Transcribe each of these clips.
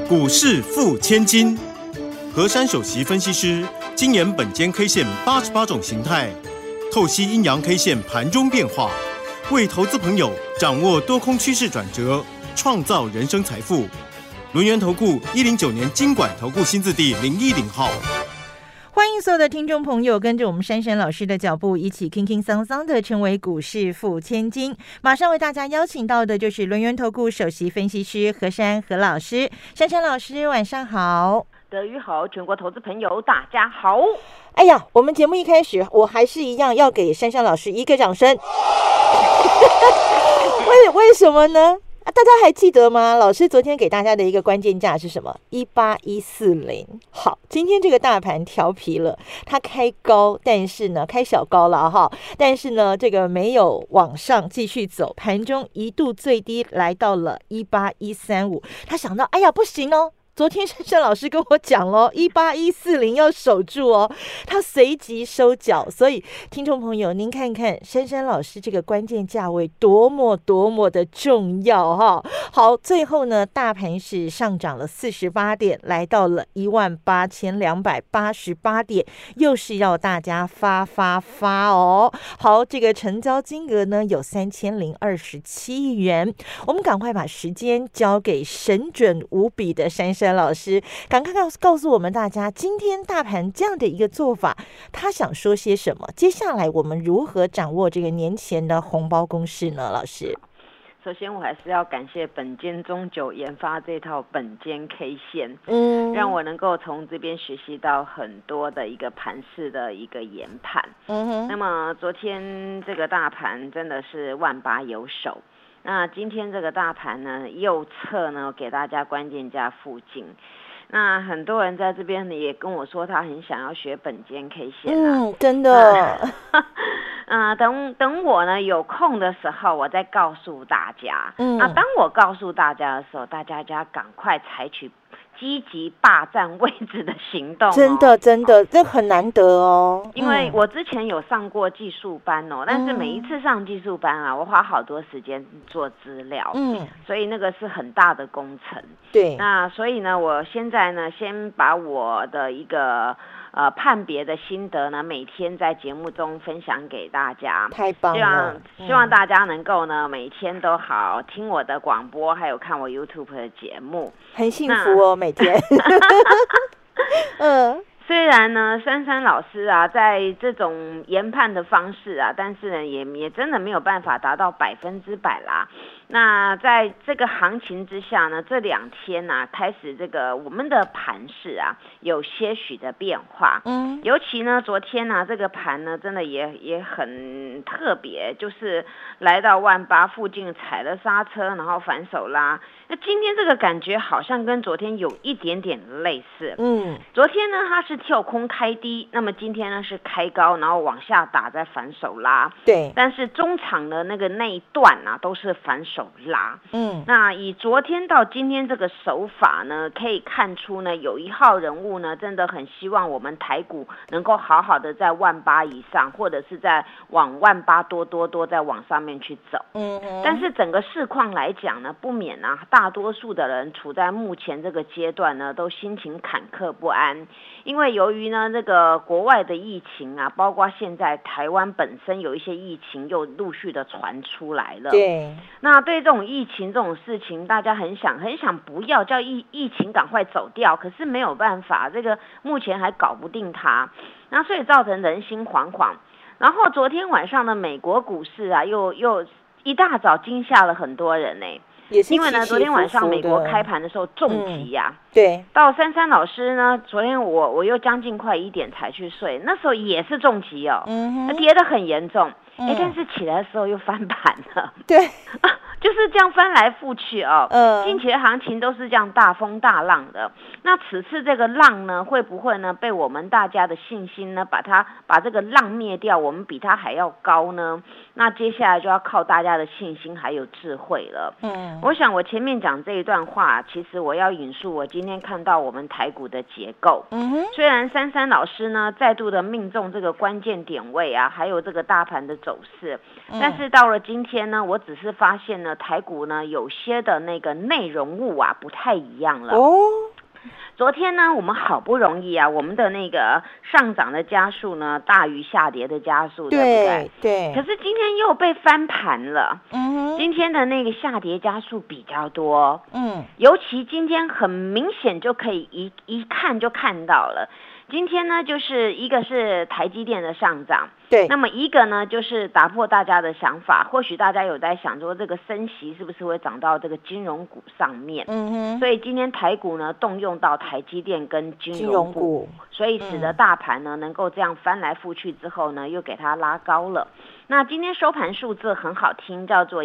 股市付千金，和山首席分析师精研本间 K 线88种形态，透析阴阳 K 线盘中变化，为投资朋友掌握多空趋势转折，创造人生财富。轮源投顾109年金管投顾新字第010号。 欢迎所有的听众朋友跟着我们珊珊老师的脚步，一起轻轻桑桑的成为股市富千金。马上为大家邀请到的就是轮源投顾首席分析师何珊何老师。珊珊老师晚上好。 德语好，全国投资朋友大家好。 哎呀，我们节目一开始我还是一样要给珊珊老师一个掌声。为什么呢？大家还记得吗？老师昨天给大家的一个关键价是什么？18140。好，今天这个大盘调皮了，它开高，但是呢开小高了哈，但是呢这个没有往上继续走，盘中一度最低来到了18135。他想到，哎呀不行哦。昨天珊珊老师跟我讲咯，18140要守住哦，他随即收脚。所以听众朋友，您看看珊珊老师这个关键价位多么的重要哈。好，最后呢，大盘是上涨了48点，来到了18288点，又是要大家发哦。好，这个成交金额呢有3027亿元，我们赶快把时间交给神准无比的珊珊老师，赶快告诉我们大家，今天大盘这样的一个做法，他想说些什么？接下来我们如何掌握这个年前的红包公式呢？老师， 首先我还是要感谢本间中久研发这套本间 K 线，让我能够从这边学习到很多的一个盘势的一个研判。那么昨天这个大盘真的是18000有手。那今天这个大盘呢，右侧呢给大家关键价附近。那很多人在这边呢也跟我说，他很想要学本间 K 线啊， 真的。 等我呢有空的时候，我再告诉大家。那当我告诉大家的时候，大家就要赶快采取积极霸占位置的行动。真的，这很难得哦。 因为我之前有上过技术班哦，但是每一次上技术班啊，我花好多时间做资料，所以那个是很大的工程。 对， 那所以呢，我现在呢，先把我的一个判别的心得呢，每天在节目中分享给大家。 太棒了！ 希望大家能够呢，每天都好听我的广播，还有看我 YouTube 的节目， 很幸福哦，每天。 虽然呢，珊珊老师啊，在这种研判的方式啊，但是呢，也真的没有办法达到100%啦。那在这个行情之下呢，这2天啊，开始这个我们的盘势啊，有些许的变化。尤其呢，昨天呢，这个盘呢，真的也很特别，就是来到18000附近踩了刹车，然后反手拉。那今天这个感觉好像跟昨天有一点点类似。昨天呢，它是跳空开低，那么今天呢是开高，然后往下打再反手拉。 对。 但是中场的那一段啊，都是反手拉。那以昨天到今天这个手法呢，可以看出呢，有一号人物呢，真的很希望我们台股能够好好的在18000以上，或者是在往18000多再往上面去走。但是整个市况来讲呢，不免啊，大多数的人处在目前这个阶段呢，都心情坎坷不安，因为由于呢，这个国外的疫情啊，包括现在台湾本身有一些疫情又陆续的传出来了。 对。 那对这种疫情这种事情，大家很想不要叫疫情赶快走掉，可是没有办法，这个目前还搞不定它，那所以造成人心惶惶。然后昨天晚上的美国股市啊，又一大早惊吓了很多人呢。 也是因为呢，昨天晚上美国开盘的时候重击呀， 对。 到珊珊老师呢，昨天我又将近快1点才去睡，那时候也是重击哦，跌得很严重，但是起来的时候又翻盘了， 对。 就是这样翻来覆去哦。近期的行情都是这样大风大浪的。那此次这个浪呢，会不会呢被我们大家的信心呢把这个浪灭掉？我们比它还要高呢？那接下来就要靠大家的信心还有智慧了。我想我前面讲这一段话，其实我要引述我今天看到我们台股的结构。虽然珊珊老师呢再度的命中这个关键点位啊，还有这个大盘的走势。但是到了今天呢，我只是发现呢，台股呢有些的那个内容物啊不太一样了。昨天呢，我们好不容易啊，我们的那个上涨的家数呢大于下跌的家数，对不对？ 对。 可是今天又被翻盘了。今天的那个下跌家数比较多。尤其今天很明显就可以一看就看到了。今天呢，就是一个是台积电的上涨， 对， 那么一个呢，就是打破大家的想法，或许大家有在想说这个升息是不是会涨到这个金融股上面，所以今天台股呢动用到台积电跟金融股，所以使得大盘呢能够这样翻来覆去之后呢，又给它拉高了。那今天收盘数字很好听，叫做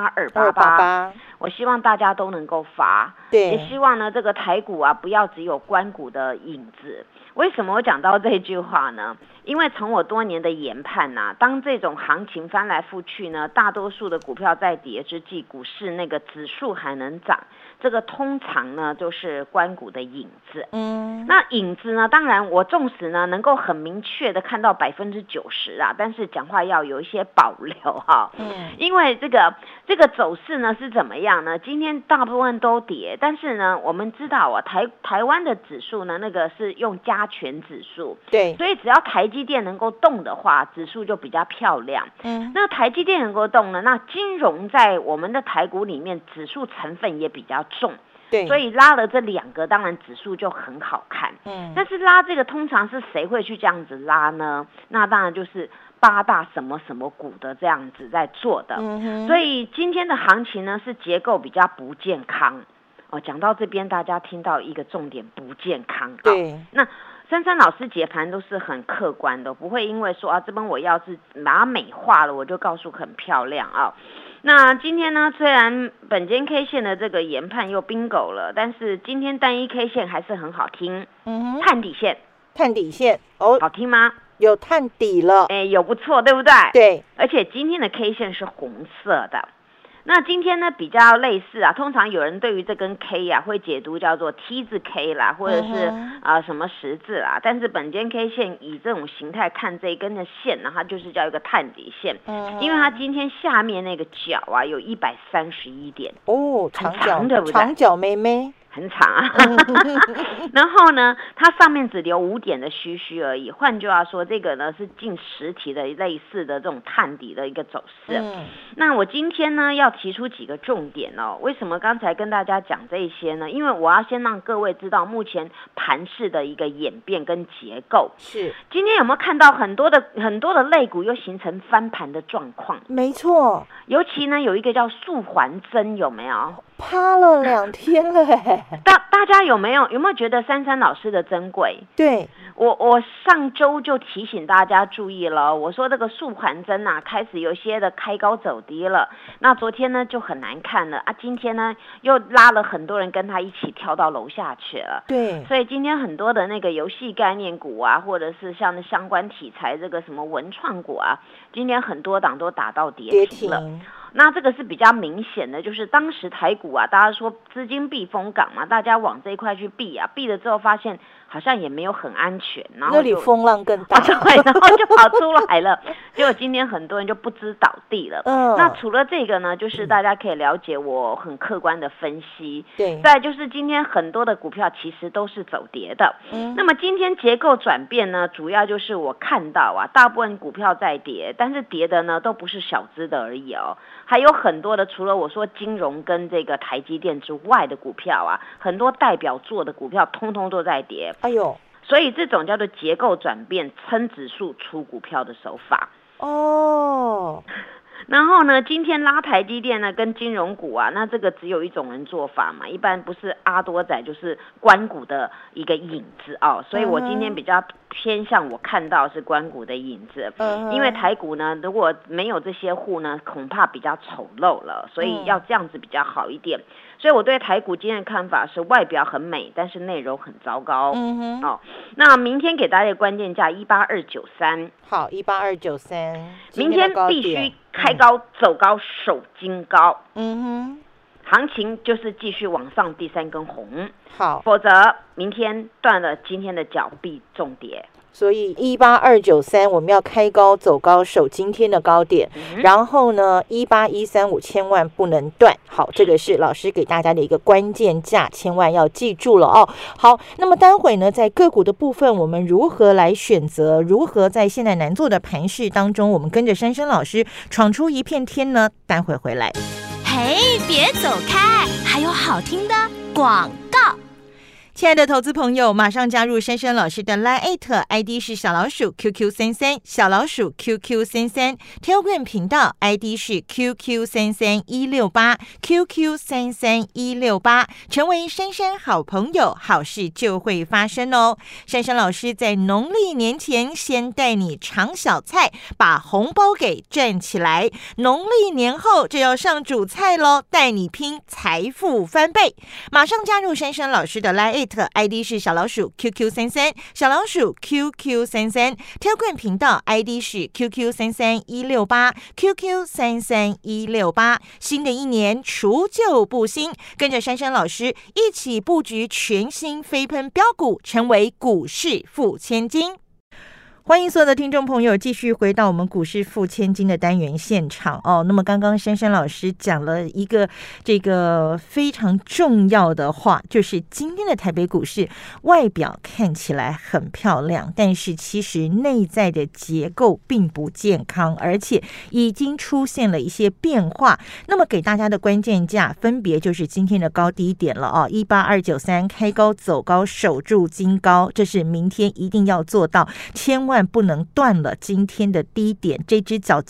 18288，我希望大家都能够发， 对， 也希望呢这个台股啊不要只有官股的影子。为什么我讲到这句话呢？因为从我多年的研判啊，当这种行情翻来覆去呢，大多数的股票在跌之际，股市那个指数还能涨，这个通常呢就是官股的影子。那影子呢，当然我纵使呢能够很明确的看到90%啊，但是讲话要有一些保留哈。因为这个走势呢是怎么样呢？今天大部分都跌，但是呢我们知道啊，台湾的指数呢那个是用加权指数， 对， 所以只要台积电能够动的话，指数就比较漂亮。那台积电能够动呢，那金融在我们的台股里面指数成分也比较重， 对， 所以拉了这两个，当然指数就很好看。但是拉这个通常是谁会去这样子拉呢？那当然就是8大什么什么股的这样子在做的。所以今天的行情呢是结构比较不健康。讲到这边，大家听到一个重点，不健康。 对， 那珊珊老师解盘都是很客观的，不会因为说这边我要是把它美化了，我就告诉很漂亮啊。那今天呢，虽然本间 K 线的这个研判又 bingo 了，但是今天单一 K 线还是很好听。探底线， 探底线好听吗？ 有探底了， 有不错，对不对？ 对， 而且今天的 K 线是红色的。那今天呢比较类似啊，通常有人对于这根 K 啊会解读叫做 T 字 K 啦，或者是什么十字啦，但是本间 K 线以这种形态看这一根的线呢，它就是叫一个探底线，因为它今天下面那个角啊有131点长角，对不对？ 长角妹妹。 很长啊，然后呢，它上面只留5点的虚虚而已。换句话说，这个呢是近实体的类似的这种探底的一个走势。那我今天呢要提出几个重点哦。为什么刚才跟大家讲这些呢？因为我要先让各位知道目前盘势的一个演变跟结构。 是， 今天有没有看到很多的类股又形成翻盘的状况？ 没错， 尤其呢有一个叫素还真，有没有？ 趴了2天了大家有没有觉得珊珊老师的珍贵？ 对， 我上周就提醒大家注意了，我说这个素还真啊，开始有些的开高走低了。那昨天呢就很难看了啊，今天呢又拉了很多人跟他一起跳到楼下去了。 对， 所以今天很多的那个游戏概念股啊，或者是像那相关题材这个什么文创股啊，今天很多档都打到跌停了。那这个是比较明显的，就是当时台股啊，大家说资金避风港嘛，大家往这一块去避啊，避了之后发现好像也没有很安全，然后那里风浪更大， 对，然后就跑出来了。结果今天很多人就不知倒地了。那除了这个呢，就是大家可以了解我很客观的分析。 对， 再来就是今天很多的股票其实都是走跌的。那么今天结构转变呢，主要就是我看到啊，大部分股票在跌，但是跌的呢都不是小只的而已哦。还有很多的，除了我说金融跟这个台积电之外的股票啊，很多代表作的股票通通都在跌。 哎呦， 所以这种叫做结构转变，撑指数出股票的手法。然后呢，今天拉台积电呢跟金融股啊，那这个只有一种人做法嘛，一般不是阿多仔就是官股的一个影子哦，所以我今天比较偏向我看到是官股的影子，因为台股呢如果没有这些户呢，恐怕比较丑陋了，所以要这样子比较好一点。所以我对台股今天的看法是外表很美，但是内容很糟糕。那明天给大家的关键价18293， 好，18293， 明天必须开高走高守金高。行情就是继续往上第3根红， 好， 否则明天断了今天的脚必重跌。 所以18293我们要开高走高，守今天的高点，然后呢18135千万不能断。好，这个是老师给大家的一个关键价，千万要记住了哦。好，那么待会呢，在个股的部分，我们如何来选择？如何在现在难做的盘势当中，我们跟着珊珊老师闯出一片天呢？待会回来。 嘿，别走开，还有好听的广告。 亲爱的投资朋友，马上加入珊珊老师的 LINE@ ID 是小老鼠 QQ33， 小老鼠 QQ33， Telegram 频道 ID 是 QQ33168 QQ33168， 成为珊珊好朋友，好事就会发生哦。珊珊老师在农历年前先带你尝小菜，把红包给赚起来，农历年后就要上主菜咯，带你拼财富翻倍。马上加入珊珊老师的 LINE ID 是小老鼠 QQ33， 小老鼠 QQ33， Telegram 频道 ID 是 QQ33168 QQ33168。 新的一年除旧布新，跟着珊珊老师一起布局全新飞喷标股，成为股市富千金。欢迎所有的听众朋友继续回到我们股市富千金的单元现场哦。那么刚刚珊珊老师讲了一个这个非常重要的话，就是今天的台北股市外表看起来很漂亮，但是其实内在的结构并不健康，而且已经出现了一些变化。那么给大家的关键价分别就是今天的高低点了哦，18293开高走高，守住金高，这是明天一定要做到，千万不能断了今天的低点，这只脚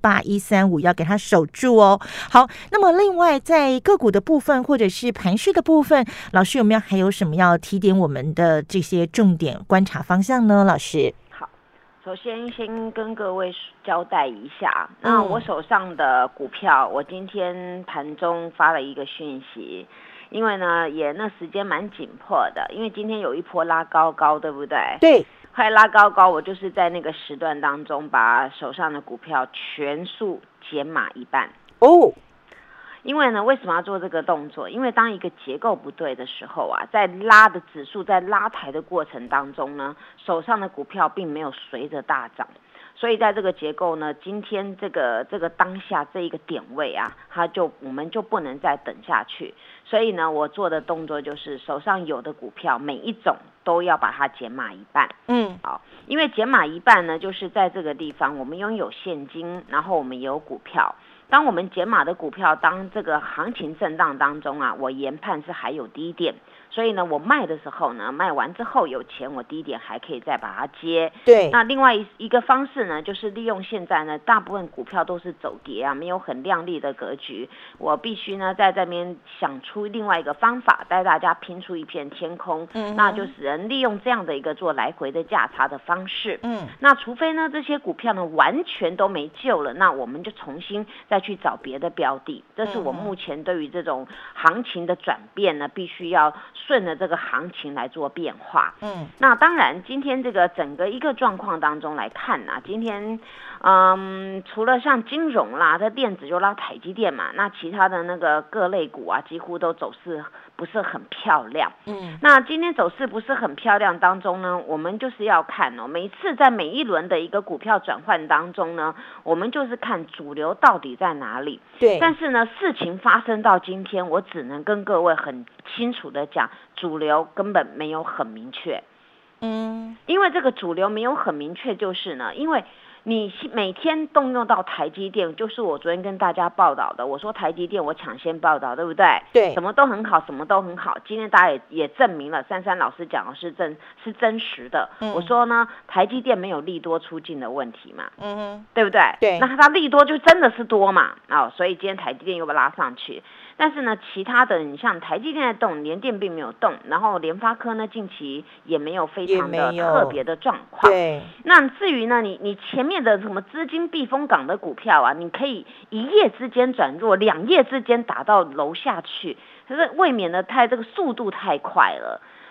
18135要给它守住哦。好，那么另外在个股的部分或者是盘势的部分，老师有没有还有什么要提点我们的这些重点观察方向呢？老师， 好，首先跟各位交代一下，那我手上的股票，我今天盘中发了一个讯息，因为呢也那时间蛮紧迫的，因为今天有一波拉高，对不对？ 对。 快拉高，我就是在那个时段当中把手上的股票全数减码一半哦。 因为呢，为什么要做这个动作？因为当一个结构不对的时候啊，在拉的指数在拉抬的过程当中呢，手上的股票并没有随着大涨。所以在这个结构呢，今天这个当下这一个点位啊，我们就不能再等下去。所以呢，我做的动作就是手上有的股票每一种都要把它减码一半。好，因为减码一半呢，就是在这个地方我们拥有现金，然后我们也有股票。当我们减码的股票，当这个行情震荡当中啊，我研判是还有低点，所以呢，我卖的时候呢，卖完之后有钱，我低点还可以再把它接。 对。 那另外一个方式呢，就是利用现在呢，大部分股票都是走跌啊，没有很亮丽的格局，我必须呢在这边想出另外一个方法，带大家拼出一片天空。那就使人利用这样的一个做来回的价差的方式。那除非呢这些股票呢完全都没救了，那我们就重新再去找别的标的。这是我目前对于这种行情的转变呢，必须要顺着这个行情来做变化。那当然今天这个整个一个状况当中来看啊，今天除了像金融啦，这电子就拉台积电嘛，那其他的那个各类股啊，几乎都走势不是很漂亮。那今天走势不是很漂亮当中呢，我们就是要看哦，每次在每一轮的一个股票转换当中呢，我们就是看主流到底在哪里。 对。 但是呢，事情发生到今天，我只能跟各位很清楚的讲，主流根本没有很明确。因为这个主流没有很明确，就是呢，因为你每天动用到台积电，就是我昨天跟大家报道的，我说台积电我抢先报道，对不对？ 对， 什么都很好，什么都很好。今天大家也证明了，珊珊老师讲的是真实的。我说呢，台积电没有利多出尽的问题嘛，对不对？ 对， 那它利多就真的是多嘛，所以今天台积电又被拉上去。但是呢，其他的你像台积电在动，联电并没有动，然后联发科呢近期也没有非常的特别的状况。 对。 那至于呢，你前面的什么资金避风港的股票啊，你可以一夜之间转弱，2夜之间打到楼下去，可是未免的这个速度太快了。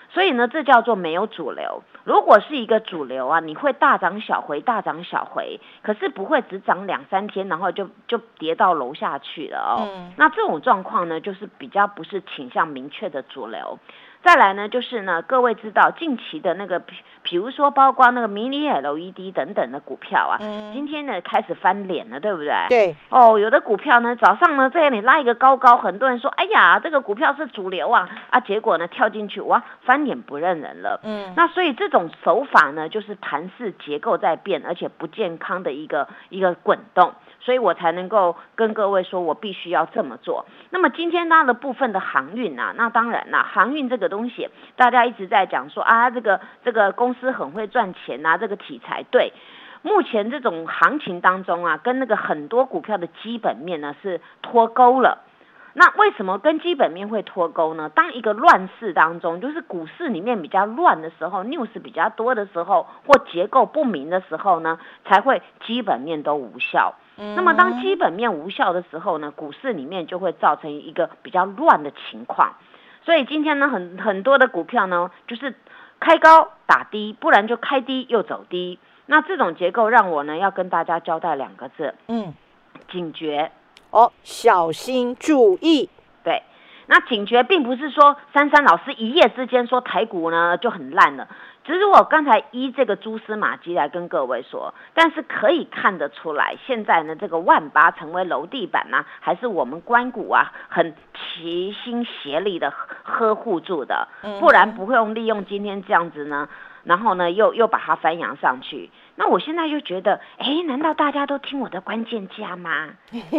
所以呢，这叫做没有主流。如果是一个主流啊，你会大涨小回，大涨小回，可是不会只涨2-3天，然后就跌到楼下去了哦。那这种状况呢，就是比较不是倾向明确的主流。再来呢，就是呢，各位知道近期的那个，比如说包括那个mini LED 等等的股票啊，今天呢开始翻脸了，对不对？ 对。 哦，有的股票呢，早上呢在那里拉一个高，很多人说，哎呀，这个股票是主流啊，结果呢跳进去，哇，翻脸不认人了。那所以这种手法呢，就是盘势结构在变，而且不健康的一个滚动。所以我才能够跟各位说，我必须要这么做。那么今天它的部分的航运啊，那当然啦，航运这个东西，大家一直在讲说啊，这个公司很会赚钱啊，这个题材对。目前这种行情当中啊，跟那个很多股票的基本面呢是脱钩了。那为什么跟基本面会脱钩呢？当一个乱世当中，就是股市里面比较乱的时候 ，news 比较多的时候，或结构不明的时候呢，才会基本面都无效。那么当基本面无效的时候呢，股市里面就会造成一个比较乱的情况。所以今天呢，很多的股票呢，就是开高打低，不然就开低又走低。那这种结构让我呢要跟大家交代2个字，警觉。 小心注意。 对，那警觉并不是说珊珊老师一夜之间说台股呢就很烂了，只是我刚才依这个蛛丝马迹来跟各位说，但是可以看得出来，现在呢这个18000成为楼地板呢，还是我们官股啊很齐心协力的呵护住的，不然不会利用今天这样子呢，然后呢又把它翻扬上去。那我现在就觉得，难道大家都听我的关键价吗？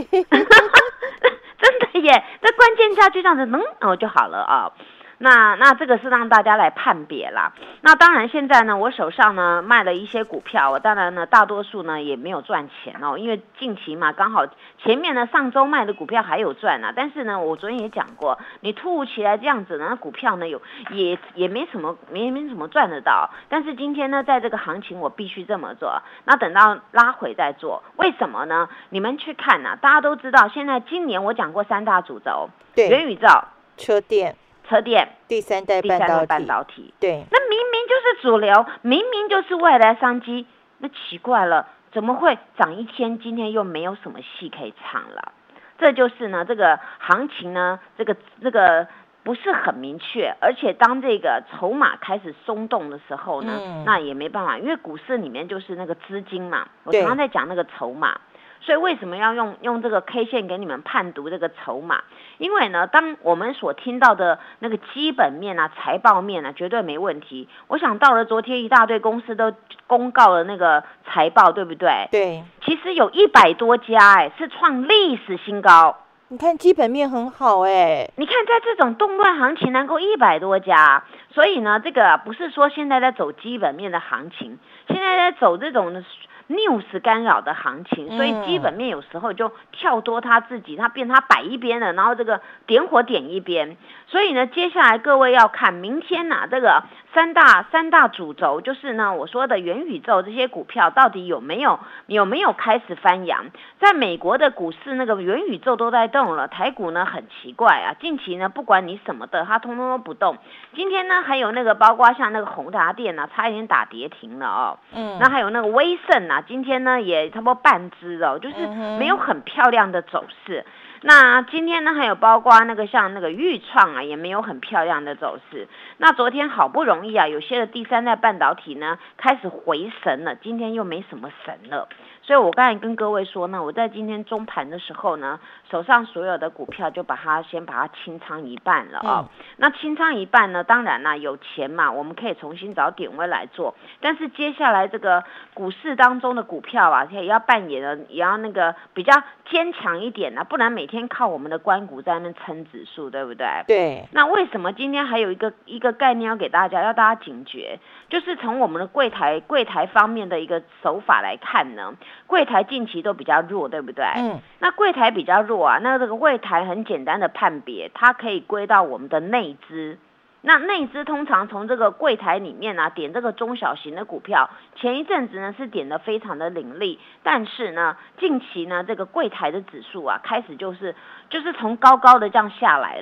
真的耶，这关键价就这样子就好了啊。那这个是让大家来判别啦。那当然现在呢，我手上呢卖了一些股票，我当然呢大多数呢也没有赚钱哦，因为近期嘛刚好前面呢上周卖的股票还有赚啊，但是呢我昨天也讲过，你突如其来这样子呢，股票呢也没什么赚得到，但是今天呢在这个行情我必须这么做，那等到拉回再做。为什么呢？你们去看啊，大家都知道现在今年我讲过3大主轴， 对， 元宇宙、 车电、第三代半导体，对， 那明明就是主流，明明就是未来商机，那奇怪了，怎么会涨一天，今天又没有什么戏可以唱了？这就是呢，这个行情呢，这个不是很明确，而且当这个筹码开始松动的时候呢，那也没办法，因为股市里面就是那个资金嘛，我常常在讲那个筹码。所以为什么要用这个 K 线给你们判读这个筹码？因为呢，当我们所听到的那个基本面啊、财报面啊，绝对没问题。我想到了昨天一大堆公司都公告了那个财报，对不对？ 对。 其实有100多家是创历史新高。 你看基本面很好你看在这种动乱行情能够100多家，所以呢，这个不是说现在在走基本面的行情，现在在走这种news 干扰的行情，所以基本面有时候就跳多他自己，他摆一边了，然后这个点火点一边。所以呢，接下来各位要看明天这个三大主轴，就是呢我说的元宇宙这些股票到底有没有开始翻扬？在美国的股市那个元宇宙都在动了，台股呢很奇怪啊，近期呢不管你什么的，它通通都不动。今天呢还有那个包括像那个宏达电啊，差一点打跌停了哦。那还有那个威盛啊，今天呢也差不多半只哦，就是没有很漂亮的走势。那今天呢还有包括那个像那个裕创啊，也没有很漂亮的走势。那昨天好不容易啊，有些的第三代半导体呢开始回神了，今天又没什么神了。所以我刚才跟各位说呢，我在今天中盘的时候呢，手上所有的股票就先把它清仓一半了哦。那清仓一半呢，当然啦，有钱嘛，我们可以重新找点位来做。但是接下来这个股市当中的股票啊，也要扮演的，也要那个比较坚强一点啊，不然每天靠我们的官股在那边撑指数，对不对？ 对。 那为什么今天还有一个概念要给大家，要大家警觉，就是从我们的柜台方面的一个手法来看呢，柜台近期都比较弱，对不对？那柜台比较弱啊，那这个柜台很简单的判别，它可以归到我们的内资。那内资通常从这个柜台里面啊，点这个中小型的股票，前一阵子呢是点得非常的凌厉，但是呢近期呢这个柜台的指数啊，开始就是从高高的这样下来了。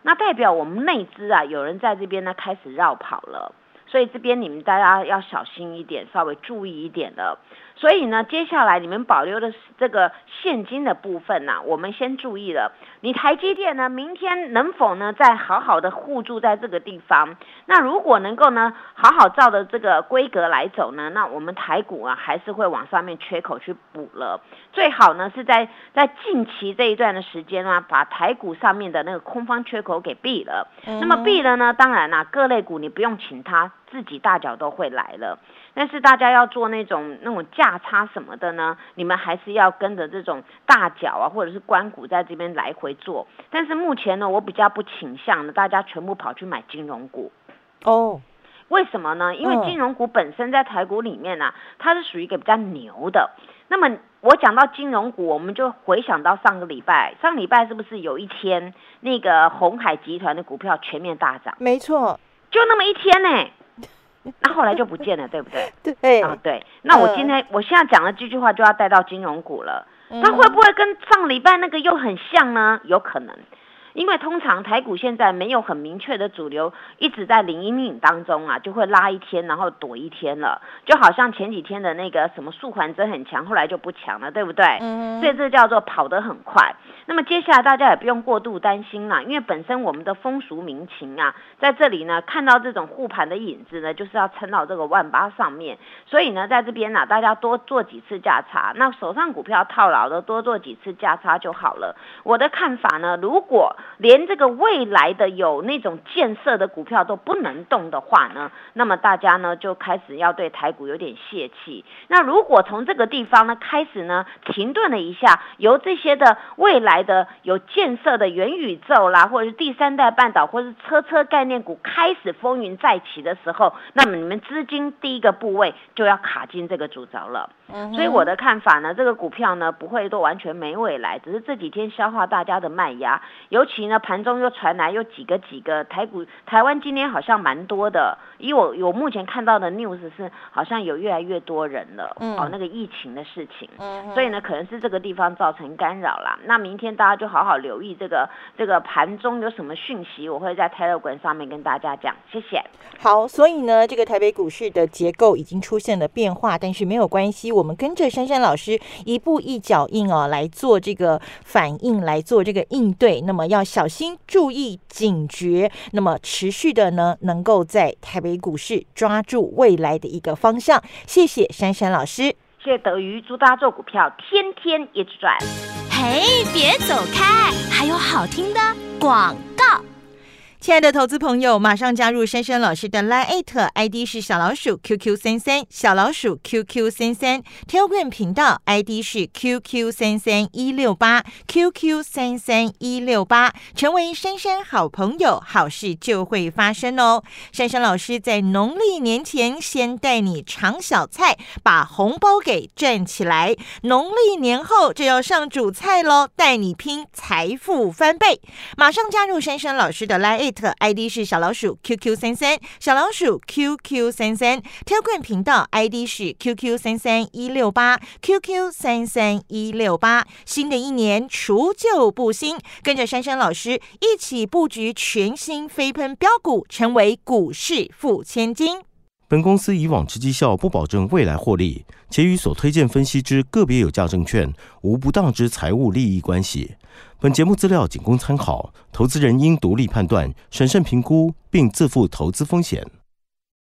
那代表我们内资啊，有人在这边呢开始绕跑了，所以这边你们大家要小心一点，稍微注意一点了。所以呢，接下来你们保留的这个现金的部分啊，我们先注意了。你台积电呢，明天能否呢再好好的护住在这个地方？那如果能够呢好好照着这个规格来走呢，那我们台股啊还是会往上面缺口去补了。最好呢是在近期这一段的时间啊，把台股上面的那个空方缺口给闭了。那么闭了呢，当然啦，各类股你不用请它，自己大脚都会来了。但是大家要做那种价差什么的呢，你们还是要跟着这种大脚啊，或者是官股在这边来回做。但是目前呢，我比较不倾向的，大家全部跑去买金融股。 哦， 为什么呢？因为金融股本身在台股里面啊，它是属于一个比较牛的。那么我讲到金融股，我们就回想到上个礼拜是不是有一天那个鸿海集团的股票全面大涨？ 没错， 就那么一天呢。那后来就不见了，对不对？ 对啊，对。那我现在讲的这句话就要带到金融股了。它会不会跟上礼拜那个又很像呢？有可能。因为通常台股现在没有很明确的主流一直在领引当中啊，就会拉一天然后躲一天了，就好像前几天的那个什么素还真很强，后来就不强了，对不对？所以这叫做跑得很快。那么接下来大家也不用过度担心啦，因为本身我们的风俗民情啊，在这里呢看到这种护盘的影子呢，就是要撑到这个18000上面，所以呢在这边大家多做几次价差，那手上股票套牢的多做几次价差就好了。我的看法呢，如果连这个未来的有那种建设的股票都不能动的话呢，那么大家呢就开始要对台股有点泄气。那如果从这个地方呢开始呢停顿了一下，由这些的未来的有建设的元宇宙啦，或者是第三代半导或者是车概念股开始风云再起的时候，那么你们资金第一个部位就要卡进这个主轴了。所以我的看法呢，这个股票呢不会都完全没未来，只是这几天消化大家的卖压，尤其呢盘中又传来有几个台湾今天好像蛮多的，因为我目前看到的 news 是好像有越来越多人了，那个疫情的事情，所以呢可能是这个地方造成干扰啦。那明天大家就好好留意这个盘中有什么讯息，我会在 Telegram 上面跟大家讲。谢谢。 好，所以呢这个台北股市的结构已经出现了变化，但是没有关系，我们跟着珊珊老师一步一脚印来做这个反应，来做这个应对，那么要小心注意警觉，那么持续的呢能够在台北股市抓住未来的一个方向。谢谢珊珊老师。 谢谢德瑜，祝大家做股票天天一直赚。 嘿，别走开，还有好听的广告。 亲爱的投资朋友，马上加入珊珊老师的 LINE@ ID 是小老鼠 QQ33， 小老鼠 QQ33， Telegram 频道 ID 是 QQ33168 QQ33168， 成为珊珊好朋友，好事就会发生哦。珊珊老师在农历年前先带你尝小菜，把红包给赚起来，农历年后就要上主菜咯，带你拼财富翻倍。马上加入珊珊老师的 LINE ID 是小老鼠 QQ33， 小老鼠 QQ33， Telegram 频道 ID 是 QQ33168 QQ33168。 新的一年除旧布新，跟着珊珊老师一起布局全新飞喷标股，成为股市富千金。 本公司以往之绩效不保证未来获利，且与所推荐分析之个别有价证券无不当之财务利益关系。本节目资料仅供参考，投资人应独立判断、审慎评估，并自负投资风险。